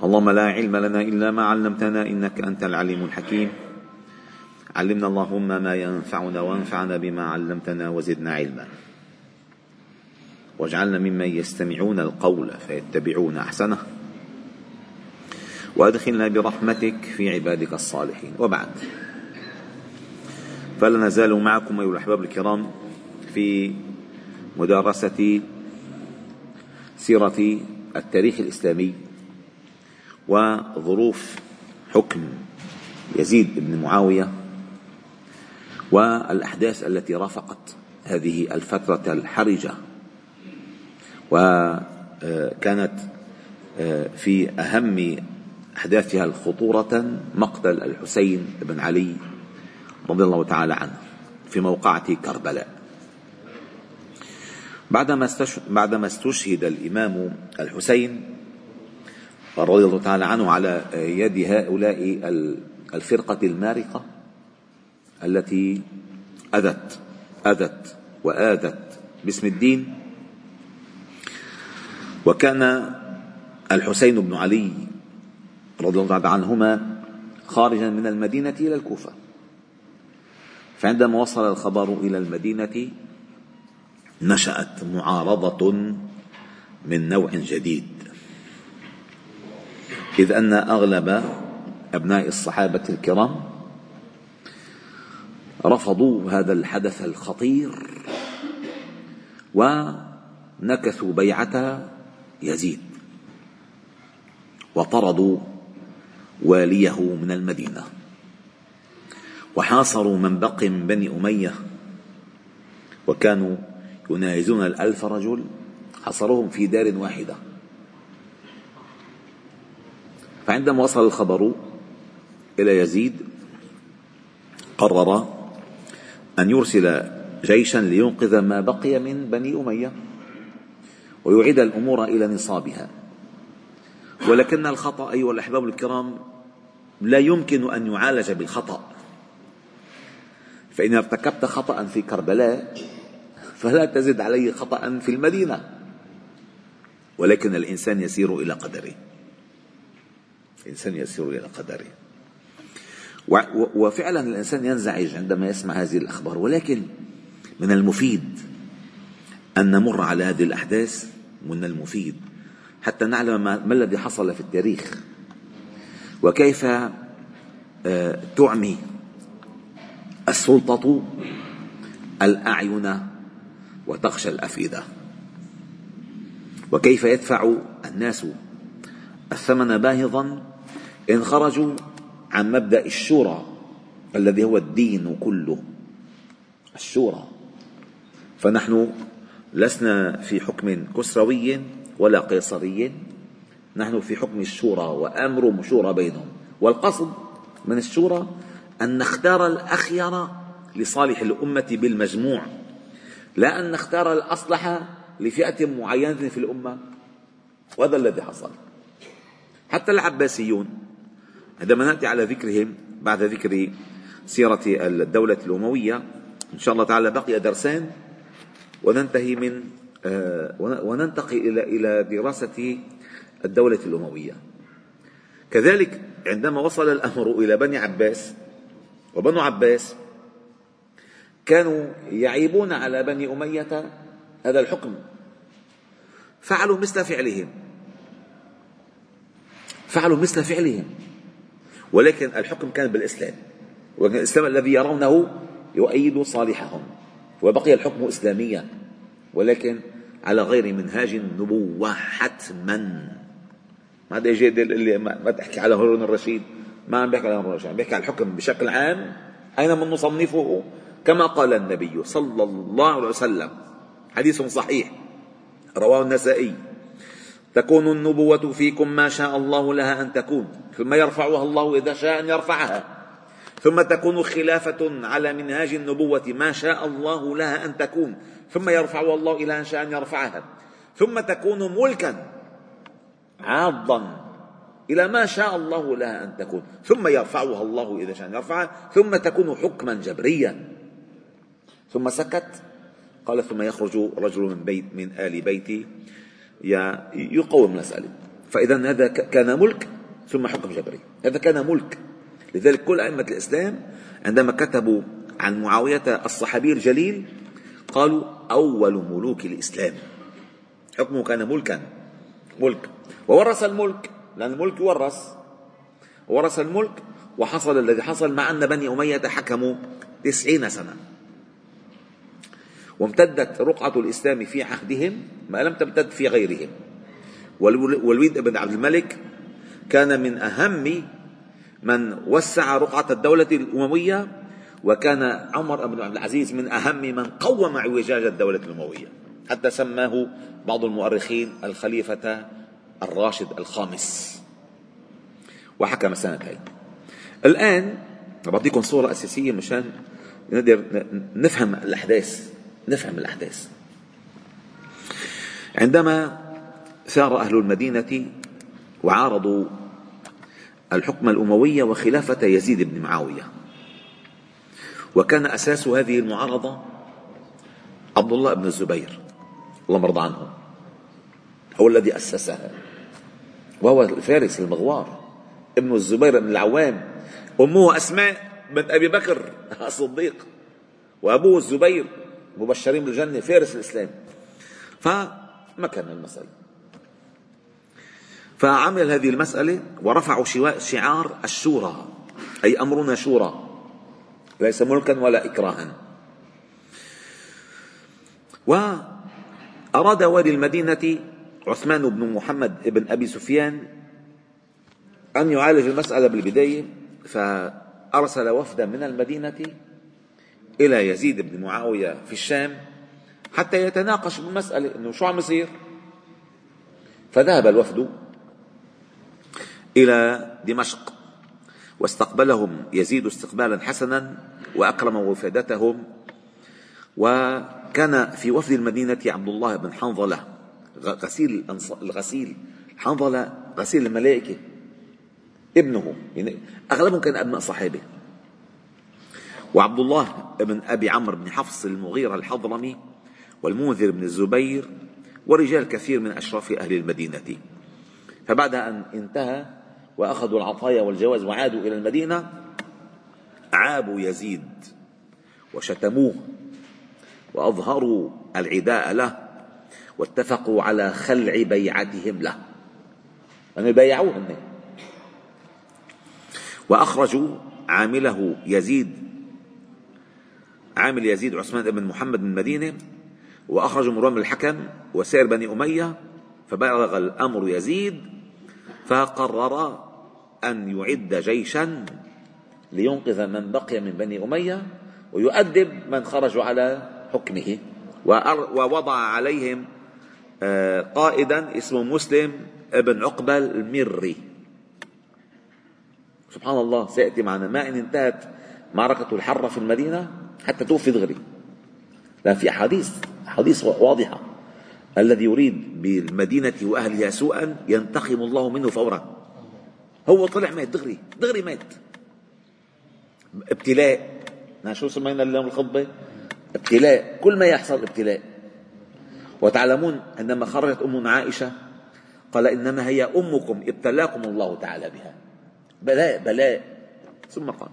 اللهم لا علم لنا إلا ما علمتنا إنك أنت العليم الحكيم. علمنا اللهم ما ينفعنا وانفعنا بما علمتنا وزدنا علما، واجعلنا ممن يستمعون القول فيتبعون أحسنه، وأدخلنا برحمتك في عبادك الصالحين. وبعد، فلا نزال معكم أيها الأحباب الكرام في مدارسة سيرة التاريخ الإسلامي وظروف حكم يزيد بن معاوية والأحداث التي رافقت هذه الفترة الحرجة، وكانت في أهم أحداثها الخطورة مقتل الحسين بن علي رضي الله تعالى عنه في موقعة كربلاء، بعدما استشهد الإمام الحسين رضي الله تعالى عنه على يد هؤلاء الفرقة المارقة التي أذت وآذت باسم الدين. وكان الحسين بن علي رضي الله تعالى عنهما خارجا من المدينة إلى الكوفة، فعندما وصل الخبر إلى المدينة نشأت معارضة من نوع جديد، إذ أن أغلب أبناء الصحابة الكرام رفضوا هذا الحدث الخطير ونكثوا بيعة يزيد وطردوا واليه من المدينة، وحاصروا من بقي من بني أمية، وكانوا يناهزون 1000 رجل، حصروهم في دار واحدة. فعندما وصل الخبر إلى يزيد قرر أن يرسل جيشا لينقذ ما بقي من بني أمية ويعيد الأمور إلى نصابها. ولكن الخطأ أيها الأحباب الكرام لا يمكن أن يعالج بالخطأ، فإن ارتكبت خطأ في كربلاء فلا تزد عليه خطأ في المدينة، ولكن الإنسان يسير إلى قدره، الإنسان يسير إلى قدره. وفعلا الإنسان ينزعج عندما يسمع هذه الأخبار، ولكن من المفيد أن نمر على هذه الأحداث، من المفيد حتى نعلم ما الذي حصل في التاريخ، وكيف تعمي السلطة الأعين وتخشى الأفئدة، وكيف يدفع الناس الثمن باهظا إن خرجوا عن مبدأ الشورى الذي هو الدين كله، الشورى. فنحن لسنا في حكم كسروي ولا قيصري، نحن في حكم الشورى وأمر مشورى بينهم، والقصد من الشورى أن نختار الأخير لصالح الأمة بالمجموع، لا أن نختار الأصلح لفئة معينة في الأمة. وهذا الذي حصل. حتى العباسيون عندما نأتي على ذكرهم بعد ذكر سيرة الدولة الأموية إن شاء الله تعالى بقي درسان وننتهي وننتقل إلى دراسة الدولة الأموية. كذلك عندما وصل الأمر إلى بني عباس، وبنو عباس كانوا يعيبون على بني أمية هذا الحكم، فعلوا مثل فعلهم، ولكن الحكم كان بالإسلام، ولكن الإسلام الذي يرونه يؤيد صالحهم، وبقي الحكم إسلاميا ولكن على غير منهاج النبوة حتما. ما هذا يجي اللي ما تحكي على هارون الرشيد، ما عم بيحكي على هارون الرشيد، عم بيحكي على الحكم بشكل عام. أين من نصنفه؟ كما قال النبي صلى الله عليه وسلم، حديث صحيح رواه النسائي: تكون النبوة فيكم ما شاء الله لها أن تكون، ثم يرفعها الله إذا شاء أن يرفعها، ثم تكون خلافة على منهاج النبوة ما شاء الله لها أن تكون، ثم يرفعها الله إلى أن شاء أن يرفعها، ثم تكون ملكا عاضا إلى ما شاء الله لها أن تكون، ثم يرفعها الله إذا شاء أن يرفعها، ثم تكون حكما جبريا. ثم سكت، قال: ثم يخرج رجل من آل بيتي يقوم المسألة. فإذا هذا كان ملك ثم حكم جبري، هذا كان ملك. لذلك كل أئمة الإسلام عندما كتبوا عن معاوية الصحابي الجليل قالوا أول ملوك الإسلام. حكمه كان ملك وورث الملك، لأن الملك ورث الملك. وحصل الذي حصل مع أن بني أمية حكموا 90 سنة، وامتدت رقعة الإسلام في عهدهم ما لم تمتد في غيرهم. والوليد بن عبد الملك كان من أهم من وسع رقعة الدولة الأموية، وكان عمر بن عبد العزيز من أهم من قوم اعوجاج الدولة الأموية، حتى سماه بعض المؤرخين الخليفة الراشد الخامس، وحكم سنتين. الآن بعطيكم صورة أساسية مشان نقدر نفهم الأحداث. عندما ثار أهل المدينة وعارضوا الحكم الأموي وخلافة يزيد بن معاوية، وكان أساس هذه المعارضة عبد الله بن الزبير اللهم ارضى عنه، هو الذي أسسها، وهو الفارس المغوار ابن الزبير بن العوام. أمه أسماء بنت أبي بكر الصديق، وأبوه الزبير، مبشرين بالجنة، فارس الإسلام. فمكن المسألة، فعمل هذه المسألة ورفعوا شعار الشورى، أي أمرنا شورى ليس ملكا ولا إكراها. وأراد والي المدينة عثمان بن محمد بن أبي سفيان أن يعالج المسألة بالبداية، فأرسل وفدا من المدينة إلى يزيد بن معاوية في الشام حتى يتناقش بالمسألة إنه شو عم يصير. فذهب الوفد إلى دمشق، واستقبلهم يزيد استقبالا حسنا وأكرم وفادتهم. وكان في وفد المدينة عبد الله بن حنظلة الغسيل، حنظلة غسيل الملائكة، ابنه، يعني أغلبهم كان أبناء صحابة، وعبد الله بن أبي عمرو بن حفص المغيرة الحضرمي، والمنذر بن الزبير، ورجال كثير من أشراف أهل المدينة. فبعد أن انتهى وأخذوا العطايا والجواز وعادوا إلى المدينة، عابوا يزيد وشتموه وأظهروا العداء له، واتفقوا على خلع بيعتهم له، أن يبايعوه هن. وأخرجوا عامل يزيد عثمان بن محمد من المدينة، وأخرجوا مروان بن الحكم وسائر بني أمية. فبلغ الأمر يزيد فقرر أن يعد جيشا لينقذ من بقي من بني أمية ويؤدب من خرجوا على حكمه، ووضع عليهم قائدا اسمه مسلم بن عقبة المري. سبحان الله، سيأتي معنا ما إن انتهت معركة الحرة في المدينة حتى توفي دغري، لأن في أحاديث واضحة: الذي يريد بالمدينة وأهلها سوءا ينتقم الله منه فورا. هو طلع مات دغري مات. ابتلاء، شو سمينا اليوم الخطبة؟ ابتلاء، كل ما يحصل ابتلاء. وتعلمون عندما خرجت أمنا عائشة قال إنما هي أمكم ابتلاكم الله تعالى بها، بلاء. ثم قال: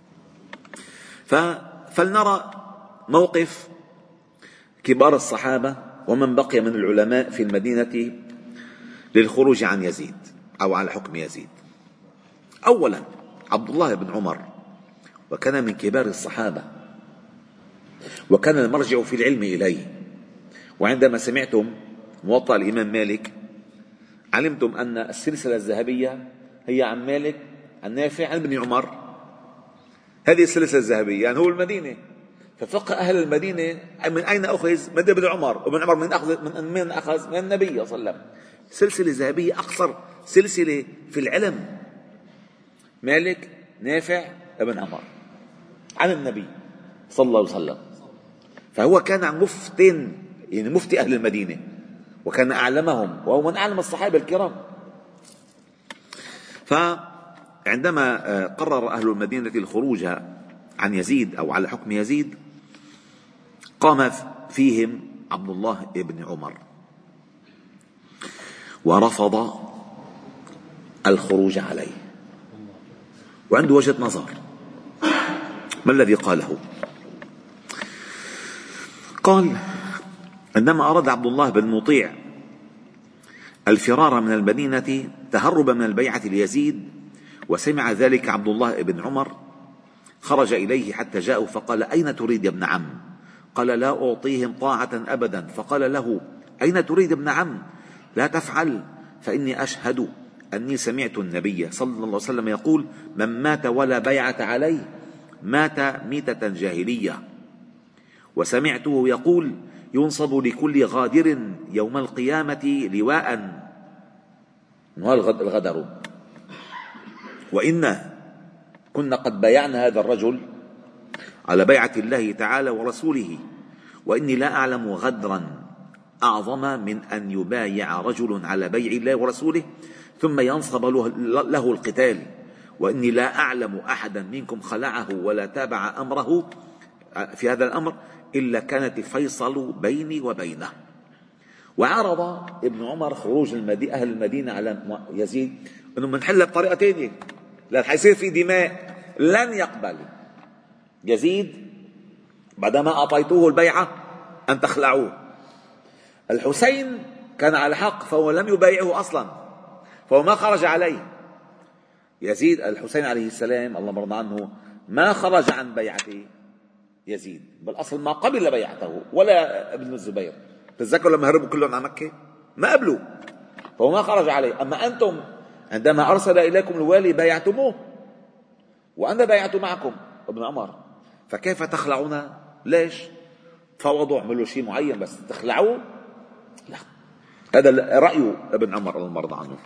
فلنرى موقف كبار الصحابة ومن بقي من العلماء في المدينة للخروج عن يزيد أو على حكم يزيد. أولا عبد الله بن عمر، وكان من كبار الصحابة، وكان المرجع في العلم إليه. وعندما سمعتم موطأ الإمام مالك علمتم أن السلسلة الذهبية هي عن مالك، عن نافع، عن ابن عمر. هذه السلسلة الذهبية يعني هو المدينة. ففقه أهل المدينة من أين أخذ؟ من ابن عمر، وابن عمر من أخذ من النبي صلى الله عليه وسلم. سلسلة ذهبية، أقصر سلسلة في العلم، مالك، نافع، ابن عمر، عن النبي صلى الله عليه وسلم. فهو كان عن مفتين، يعني مفتي أهل المدينة، وكان أعلمهم، وهو من أعلم الصحابة الكرام. فعندما قرر أهل المدينة الخروج عن يزيد أو على حكم يزيد، قام فيهم عبد الله بن عمر ورفض الخروج عليه، وعنده وجهة نظر. ما الذي قاله؟ قال: عندما أراد عبد الله بن مطيع الفرار من المدينة تهربا من البيعة ليزيد، وسمع ذلك عبد الله بن عمر، خرج إليه حتى جاءه فقال: أين تريد يا ابن عم؟ قال: لا أعطيهم طاعة أبدا. فقال له: أين تريد ابن عم؟ لا تفعل، فإني أشهد أني سمعت النبي صلى الله عليه وسلم يقول: من مات ولا بيعة عليه مات ميتة جاهلية. وسمعته يقول: ينصب لكل غادر يوم القيامة لواء، الغدر. وإنا كنا قد بايعنا هذا الرجل على بيعة الله تعالى ورسوله، وإني لا أعلم غدرا أعظم من أن يبايع رجل على بيع الله ورسوله ثم ينصب له القتال، وإني لا أعلم أحدا منكم خلعه ولا تابع أمره في هذا الأمر إلا كانت الفيصل بيني وبينه. وعرض ابن عمر خروج أهل المدينة على يزيد أنه منحلها بطريقة تانية، لأن حيصير في دماء. لن يقبل يزيد بعدما أعطيتوه البيعة أن تخلعوه. الحسين كان على حق فهو لم يبايعه أصلا، فهو ما خرج عليه. يزيد الحسين عليه السلام الله مرضى عنه ما خرج عن بيعة يزيد، بالأصل ما قبل بيعته ولا ابن الزبير. تتذكروا لما هربوا كلهم عن مكة ما قبلوا، فهو ما خرج عليه. أما أنتم عندما أرسل إليكم الوالي بايعتموه وأنا بايعت معكم ابن عمر، فكيف تخلعون؟ ليش؟ فوضوا عملوا شيء معين بس تخلعوا؟ لا، هذا رأي ابن عمر الله مرضى عنه.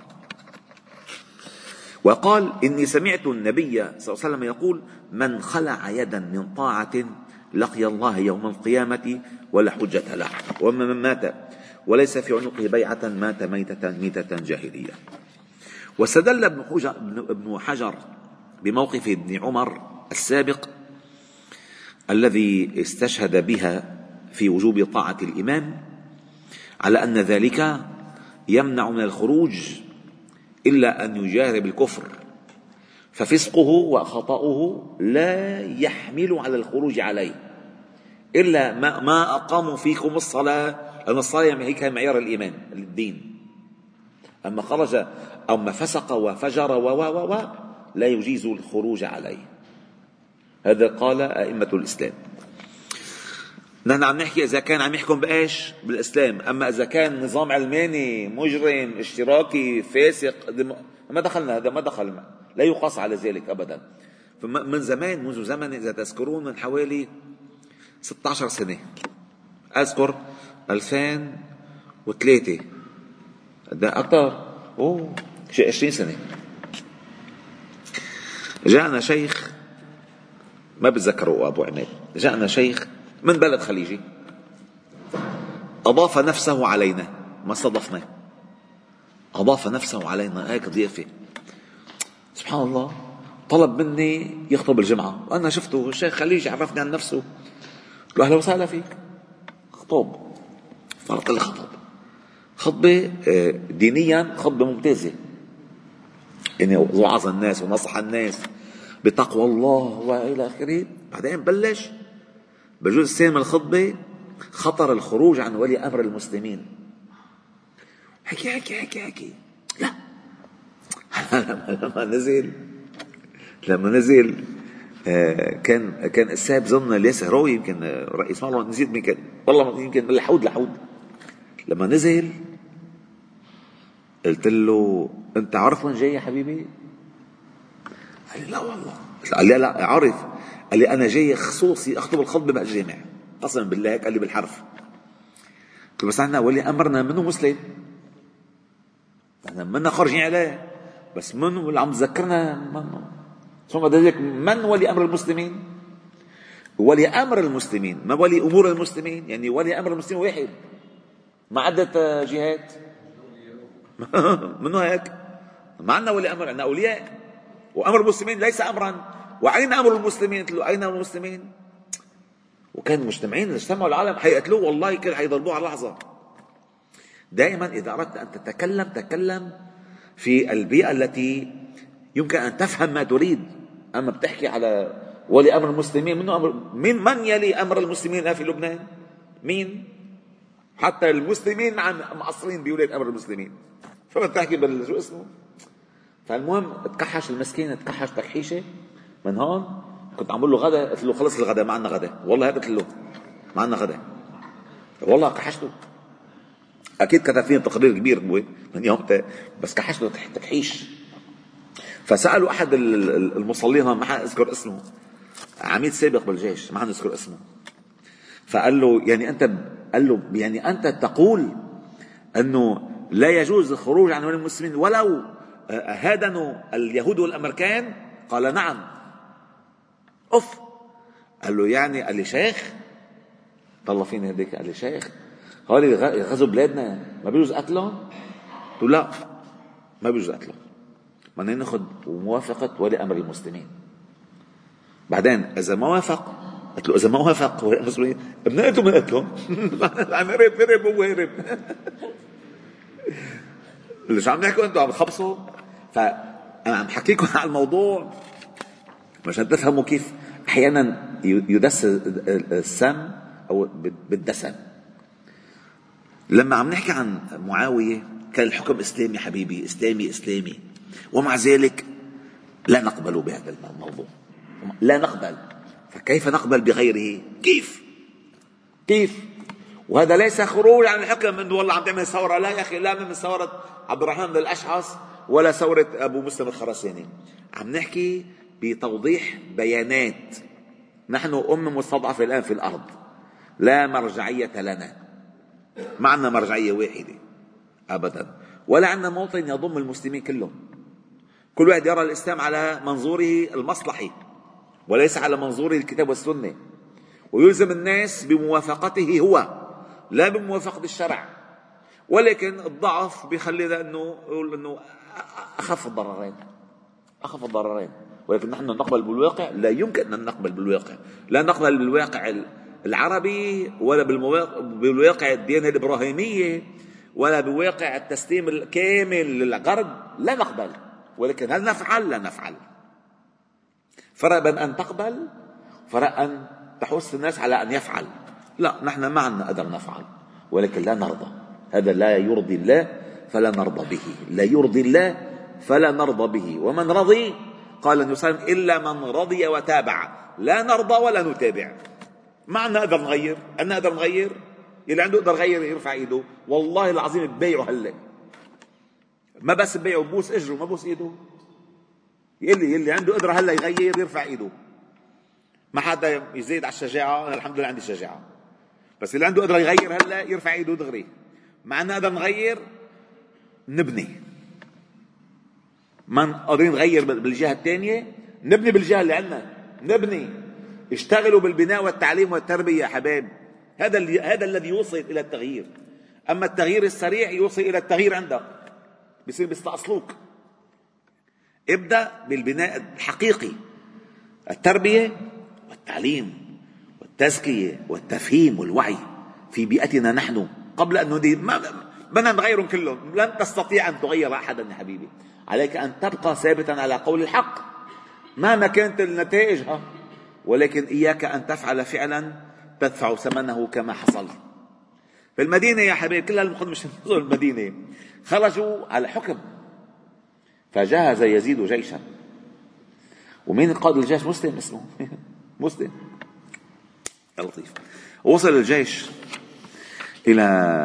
وقال: إني سمعت النبي صلى الله عليه وسلم يقول: من خلع يدا من طاعة لقي الله يوم القيامة ولا حجة له، ومن مات وليس في عنقه بيعة مات ميتة جاهلية. واستدل ابن حجر بموقف ابن عمر السابق الذي استشهد بها في وجوب طاعة الإمام على أن ذلك يمنع من الخروج إلا أن يجاهر بالكفر، ففسقه وخطأه لا يحمل على الخروج عليه إلا ما أقاموا فيكم الصلاة، لأن الصلاة هيك معيار الإيمان الدين. أما خرج أو ما فسق وفجر لا يجيز الخروج عليه. هذا قال أئمة الإسلام. نحن عم نحكي إذا كان عم يحكم بإيش؟ بالإسلام. أما إذا كان نظام علماني مجرم اشتراكي فاسق ما دخلنا، هذا ما دخل، لا يقاس على ذلك أبدا. من زمان، منذ زمن إذا تذكرون من حوالي 16 سنة، أذكر 2003 أكثر شيء 20 سنة، جاءنا شيخ ما بتذكروا أبو عماد، جاءنا شيخ من بلد خليجي أضاف نفسه علينا، ما استضفنا، أضاف نفسه علينا هيك ضيافة. سبحان الله، طلب مني يخطب الجمعة، وأنا شفته الشيخ خليجي عرفني عن نفسه، قلت له أهلا وسهلا فيك، خطب. فرق لي خطبة دينيا خطبة ممتازة، يعني وعظ الناس ونصح الناس بتقوى الله وإلى آخره. بعدين بلش بجوز الثاني من الخطبة خطر الخروج عن ولي أمر المسلمين. حكي لا لما نزل كان الساب ظن الياس هروي، يمكن رئيس الله نزيد، يمكن والله يمكن من لحود. لما نزل قلت له: أنت عارف وين جاي يا حبيبي؟ قال لي: لا والله. قال لي: لا عارف. قال لي: أنا جاي خصوصي أخطب الخطبة بقى الجامع، قسما بالله هيك قال لي بالحرف. قلت له: بس احنا ولي أمرنا منه مسلم، احنا منا خارجين عليه، بس من اللي عم تذكرنا ثم ذلك من ولي أمر المسلمين؟ ولي أمر المسلمين، ما ولي أمور المسلمين، يعني ولي أمر المسلمين واحد مع عدة جهات. منه هيك ما عندنا ولي أمر، عندنا أولياء، وأمر المسلمين ليس أمرا. وأين أمر المسلمين؟ قلت له: أين أمر المسلمين؟ وكان مجتمعين، اجتمعوا العالم حيقتلوه، والله كل حيضربوه على لحظة. دائما إذا أردت أن تتكلم تكلم في البيئة التي يمكن أن تفهم ما تريد. أما بتحكي على ولي أمر المسلمين، من يلي أمر المسلمين الآن في لبنان؟ مين؟ حتى المسلمين مقصرين بولي أمر المسلمين، فما تحكي شو اسمه. فالمهم تكحش المسكين، تكحش تكحيشة من هون. كنت عم بقول له غدا، قلت له خلص الغدا ما عندنا غدا، والله هذا قلت له ما عندنا غدا، والله كحشته. اكيد كتب فينا تقرير كبير من يوم بس كحشته تكحيش. فسالوا احد المصلين، ما حاذكر اسمه، عميد سابق بالجيش، ما حنذكر اسمه، فقال له يعني انت، قال له يعني انت تقول انه لا يجوز الخروج عن المسلمين ولو هادنوا اليهود والامريكان؟ قال نعم. اوف. قال له يعني، قال لي شيخ، طلع فيني هديك، قال لي شيخ هولي غزوا بلادنا ما بيجوز قتلهم؟ قلت له لا، ما بيجوز قتلهم، بدنا ناخذ موافقة ولي امر المسلمين. بعدين اذا ما وافق، قلت له اذا ما وافق ولي امر المسلمين بنقتله بنقتلهم. عم هرب هو هرب. اللي شو عم نحكوا انتم عم تخبصوا. فانا عم حكيكم على الموضوع مشان تفهموا كيف احيانا يدس السم او بالدسم. لما عم نحكي عن معاوية كان الحكم اسلامي حبيبي، اسلامي، ومع ذلك لا نقبل بهذا الموضوع، لا نقبل. فكيف نقبل بغيره؟ كيف؟ وهذا ليس خروج عن الحكم انه والله عم تعمل ثوره، لا يا اخي، لا من ثوره عبد الرحمن بن الاشعث ولا ثوره ابو مسلم الخراساني. عم نحكي بتوضيح بيانات. نحن مستضعفه الان في الارض، لا مرجعيه لنا، ما عندنا مرجعيه واحده ابدا، ولا عندنا موطن يضم المسلمين كلهم. كل واحد يرى الاسلام على منظوره المصلحي وليس على منظور الكتاب والسنه، ويلزم الناس بموافقته هو لا بموافقة الشرع. ولكن الضعف بيخلينا انه يقول انه اخف الضررين. ولكن نحن نقبل بالواقع؟ لا يمكن ان نقبل بالواقع. لا نقبل بالواقع العربي، ولا بالواقع الديانة الابراهيمية، ولا بواقع التسليم الكامل للغرب. لا نقبل. ولكن هل نفعل؟ لا نفعل. فرق بين ان تقبل، فرق ان تحث الناس على ان يفعل. لا، نحن ما عندنا قدر نفعل، ولكن لا نرضى. هذا لا يرضي الله فلا نرضى به، لا يرضي الله فلا نرضى به. ومن رضي، قال النبي صلى الله عليه وسلم، إلا من رضي وتابع. لا نرضى ولا نتابع. ما عندنا قدر نغير. أنا قدر نغير؟ اللي عنده قدر يغير يرفع ايده. والله العظيم ببيعه هلا، ما بس ببيعه، ببوس اجره ما بوس ايده. يلي عنده قدرة هلا يغير يرفع ايده. ما حدا يزيد على الشجاعة، أنا الحمد لله عندي شجاعة. بس اللي عنده قدرة يغير هلا يرفع ايده دغري. مع أننا قدر نغير، نبني. ما قادرين نغير بالجهة الثانية، نبني بالجهة اللي عندنا. نبني. اشتغلوا بالبناء والتعليم والتربية يا حباب. هذا الذي يوصل إلى التغيير. أما التغيير السريع يوصل إلى التغيير عندك، بيصير بيستأصلوك. ابدأ بالبناء الحقيقي، التربية والتعليم والتزكية والتفهيم والوعي في بيئتنا نحن، قبل أن ندير. بدنا نغيرهم كلهم. لن تستطيع أن تغير أحدا يا حبيبي. عليك أن تبقى ثابتا على قول الحق مهما كانت النتائج، ولكن إياك أن تفعل فعلا تدفع ثمنه كما حصل في المدينة يا حبيبي. كل هالمخدمين في المدينة خرجوا على حكم، فجهز يزيد جيشا. ومين قائد الجيش؟ مسلم اسمه مسلم. يا لطيف. وصل الجيش إلى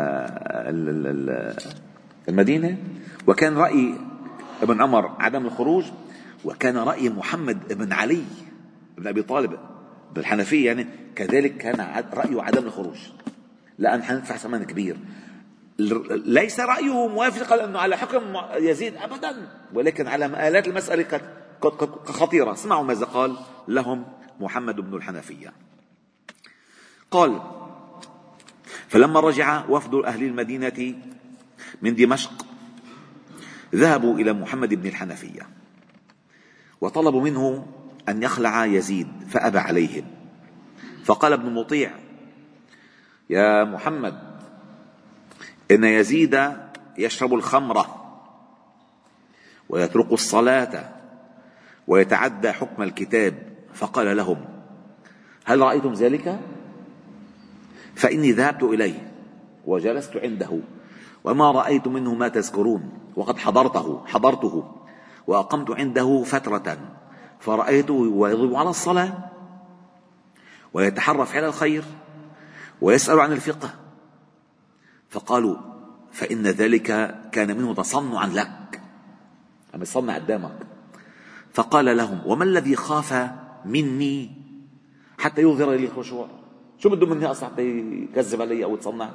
المدينة، وكان رأي ابن عمر عدم الخروج، وكان رأي محمد بن علي بن أبي طالب بالحنفية يعني كذلك كان رأيه عدم الخروج، لأن حندفع ثمن كبير. ليس رأيه موافقا لأنه على حكم يزيد أبدا، ولكن على مآلات المسألة خطيرة. اسمعوا ماذا قال لهم محمد بن الحنفية. قال: فلما رجع وفد أهل المدينة من دمشق ذهبوا إلى محمد بن الحنفية وطلبوا منه أن يخلع يزيد، فأبى عليهم. فقال ابن مطيع: يا محمد، إن يزيد يشرب الخمر ويترك الصلاة ويتعدى حكم الكتاب. فقال لهم: هل رأيتم ذلك؟ فإني ذهبت إليه وجلست عنده وما رأيت منه ما تذكرون، وقد حضرته وأقمت عنده فترة، فرأيته يواظب على الصلاة ويتحرى فعل الخير ويسأل عن الفقه. فقالوا: فإن ذلك كان منه تصنعا لك، عم يصنع قدامك. فقال لهم: وما الذي خاف مني حتى يظهر لي الخشوع؟ شو بده مني أصلا حتى يكذب علي أو يتصنع؟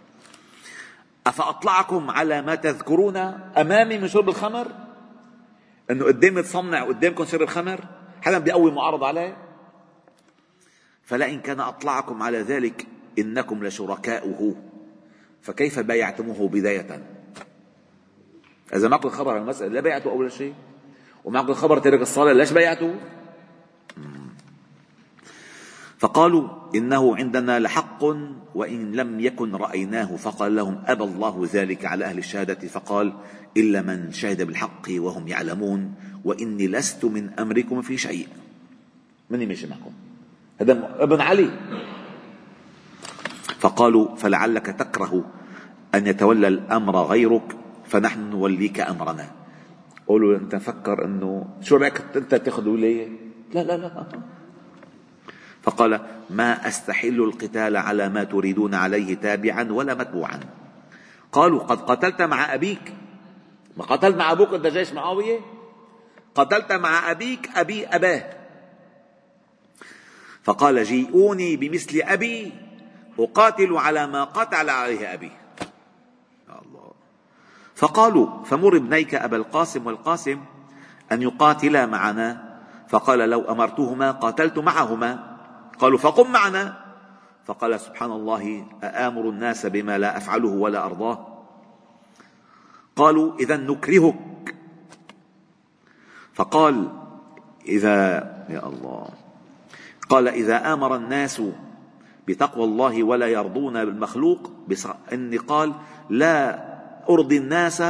أفأطلعكم على ما تذكرون أمامي من شرب الخمر؟ أنه قدامي تصنع قدامكم شرب الخمر؟ حدا بيقوي معارض عليه؟ فلئن كان أطلعكم على ذلك إنكم لشركاؤه، فكيف بايعتموه بداية؟ إذا معكم الخبر عن المسألة لا بايعته أول شيء، ومعكم الخبر ترك الصلاة ليش بايعته؟ فقالوا: إنه عندنا لحق وإن لم يكن رأيناه. فقال لهم: أبى الله ذلك على أهل الشهادة. فقال: إلا من شهد بالحق وهم يعلمون، وإني لست من أمركم في شيء. مني ماشي معكم، هذا ابن علي. فقالوا: فلعلك تكره أن يتولى الأمر غيرك فنحن نوليك أمرنا. قولوا: أنت فكر أنه شو رأيك أنت تأخذ ولاية؟ لا لا لا. فقال: ما أستحل القتال على ما تريدون عليه تابعا ولا متبوعا. قالوا: قد قتلت مع أبيك. ما قتلت مع أبوك أنت جيش معاوية؟ قتلت مع أبيك أباه. فقال: جيئوني بمثل أبي أقاتل على ما قتل عليه أبي. الله. فقالوا: فمر ابنيك أبا القاسم والقاسم أن يقاتلا معنا. فقال: لو أمرتهما قاتلت معهما. قالوا: فقم معنا. فقال: سبحان الله، أآمر الناس بما لا أفعله ولا أرضاه؟ قالوا: إذا نكرهك. فقال: يا الله. قال: إذا آمر الناس بتقوى الله ولا يرضون بالمخلوق إني قال لا أرضي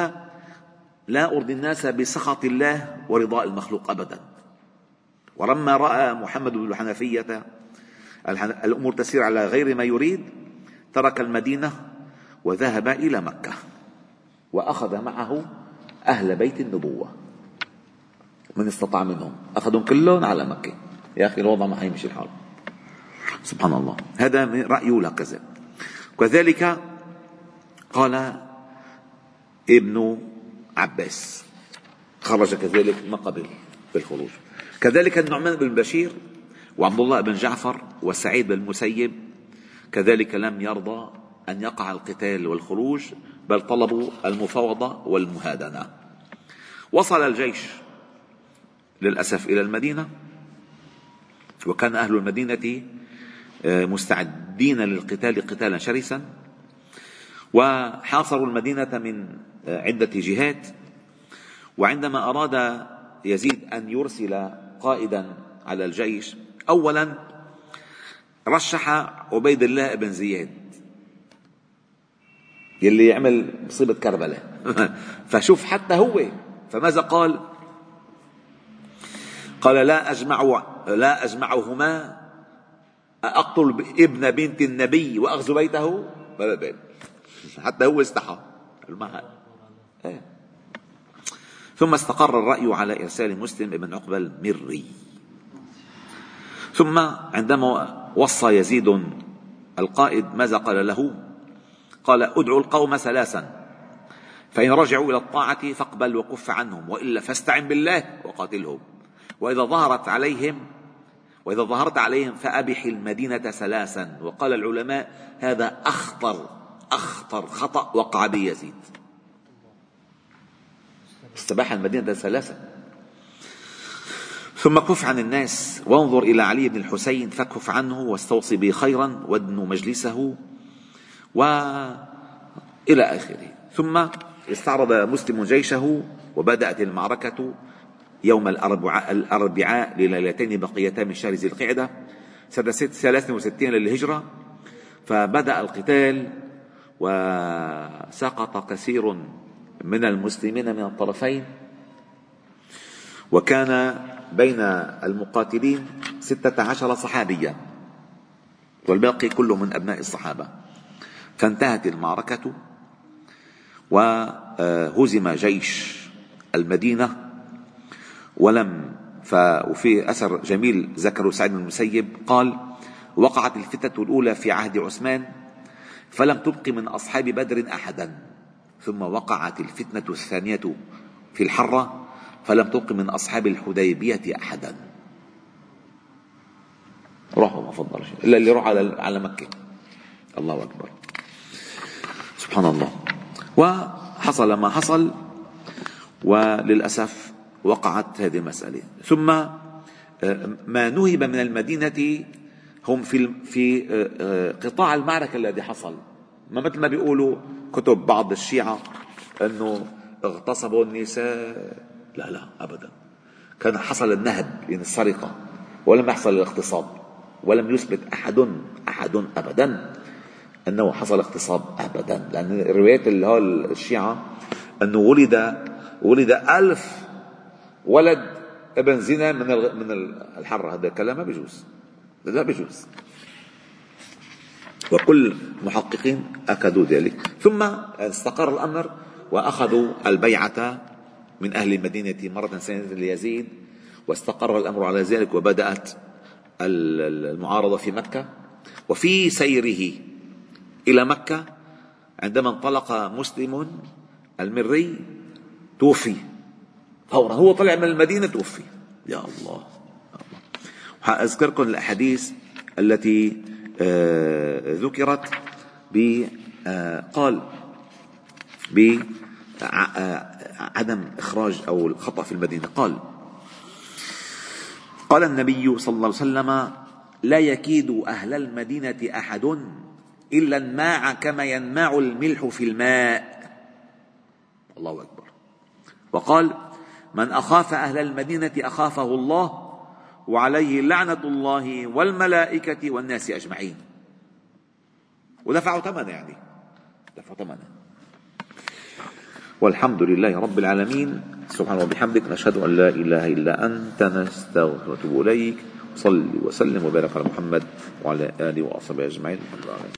الناس بسخط الله ورضاء المخلوق أبدا. ولما رأى محمد بن الحنفية الأمور تسير على غير ما يريد ترك المدينة وذهب إلى مكة وأخذ معه أهل بيت النبوة من استطاع منهم، أخذهم كلهم على مكة. يا أخي الوضع ما حيمشي الحال. سبحان الله. هذا من رأيه لكذا. وكذلك قال ابن عباس خرج كذلك ما قبل بالخروج. كذلك النعمان بن بشير وعبد الله بن جعفر وسعيد بن المسيب كذلك لم يرضى أن يقع القتال والخروج، بل طلبوا المفاوضة والمهادنة. وصل الجيش للأسف إلى المدينة، وكان أهل المدينة مستعدين للقتال قتالا شرسا، وحاصروا المدينة من عدة جهات. وعندما أراد يزيد أن يرسل قائدا على الجيش، أولا رشح عبيد الله بن زياد يلي يعمل مصيبة كربلاء فشوف حتى هو، فماذا قال؟ قال: لا أجمعهما، أقتل ابن بنت النبي وأغزو بيته. حتى هو استحى. ثم استقر الرأي على إرسال مسلم بن عقبة المري. ثم عندما وصى يزيد القائد ماذا قال له؟ قال: ادعوا القوم ثلاثا، فإن رجعوا إلى الطاعة فاقبل وكف عنهم، وإلا فاستعن بالله وقاتلهم، وإذا ظهرت عليهم فأبح المدينة ثلاثا. وقال العلماء هذا أخطر خطأ وقع بيزيد، استباح المدينة ثلاثا. ثم كف عن الناس وانظر إلى علي بن الحسين فكف عنه واستوصي به خيرا وادنو مجلسه وإلى آخره. ثم استعرض مسلم جيشه وبدأت المعركة يوم الأربعاء لليلتين بقيتا من شهر ذي القعدة سنة 63 للهجرة. فبدأ القتال وسقط كثير من المسلمين من الطرفين، وكان بين المقاتلين 16 صحابيا والباقي كله من أبناء الصحابة. فانتهت المعركة وهزم جيش المدينة وفي أثر جميل ذكره سعيد بن المسيب قال: وقعت الفتنة الأولى في عهد عثمان فلم تبق من أصحاب بدر أحدا، ثم وقعت الفتنة الثانية في الحرة فلم تبق من أصحاب الحديبية أحدا. راحوا ما فضل شيء إلا اللي راح على مكة. الله أكبر، سبحان الله. وحصل ما حصل، وللأسف وقعت هذه المسألة. ثم ما نهب من المدينة هم في قطاع المعركة الذي حصل، ما مثل ما بيقولوا كتب بعض الشيعة أنه اغتصبوا النساء. لا أبدا، كان حصل النهب يعني السرقة، ولم يحصل الاغتصاب، ولم يثبت أحد أبدا أنه حصل اغتصاب أبدا. لأن روايات الشيعة أنه ولد 1000 ولد ابن زنا من الحرة. هذا الكلام ما بيجوز، لا بيجوز، وكل محققين أكدوا ذلك. ثم استقر الأمر وأخذوا البيعة من أهل المدينة مرة ثانية ليزيد، واستقر الأمر على ذلك، وبدأت المعارضة في مكة. وفي سيره إلى مكة عندما انطلق مسلم المري توفي فورا، هو طلع من المدينة توفي. يا الله. أذكركم الأحاديث التي ذكرت قال بعدم إخراج أو الخطأ في المدينة. قال النبي صلى الله عليه وسلم: لا يكيد أهل المدينة أحد إلا انماع كما ينماع الملح في الماء. الله أكبر. وقال: من أخاف أهل المدينة أخافه الله، وعليه لعنة الله والملائكة والناس أجمعين. ودفعوا ثمنه، دفعوا ثمنه. والحمد لله رب العالمين. سبحانه وبحمدك، نشهد أن لا إله إلا أنت، نستغفرك ونتوب إليك. صل وسلم وبارك على محمد وعلى آله وأصحابه أجمعين.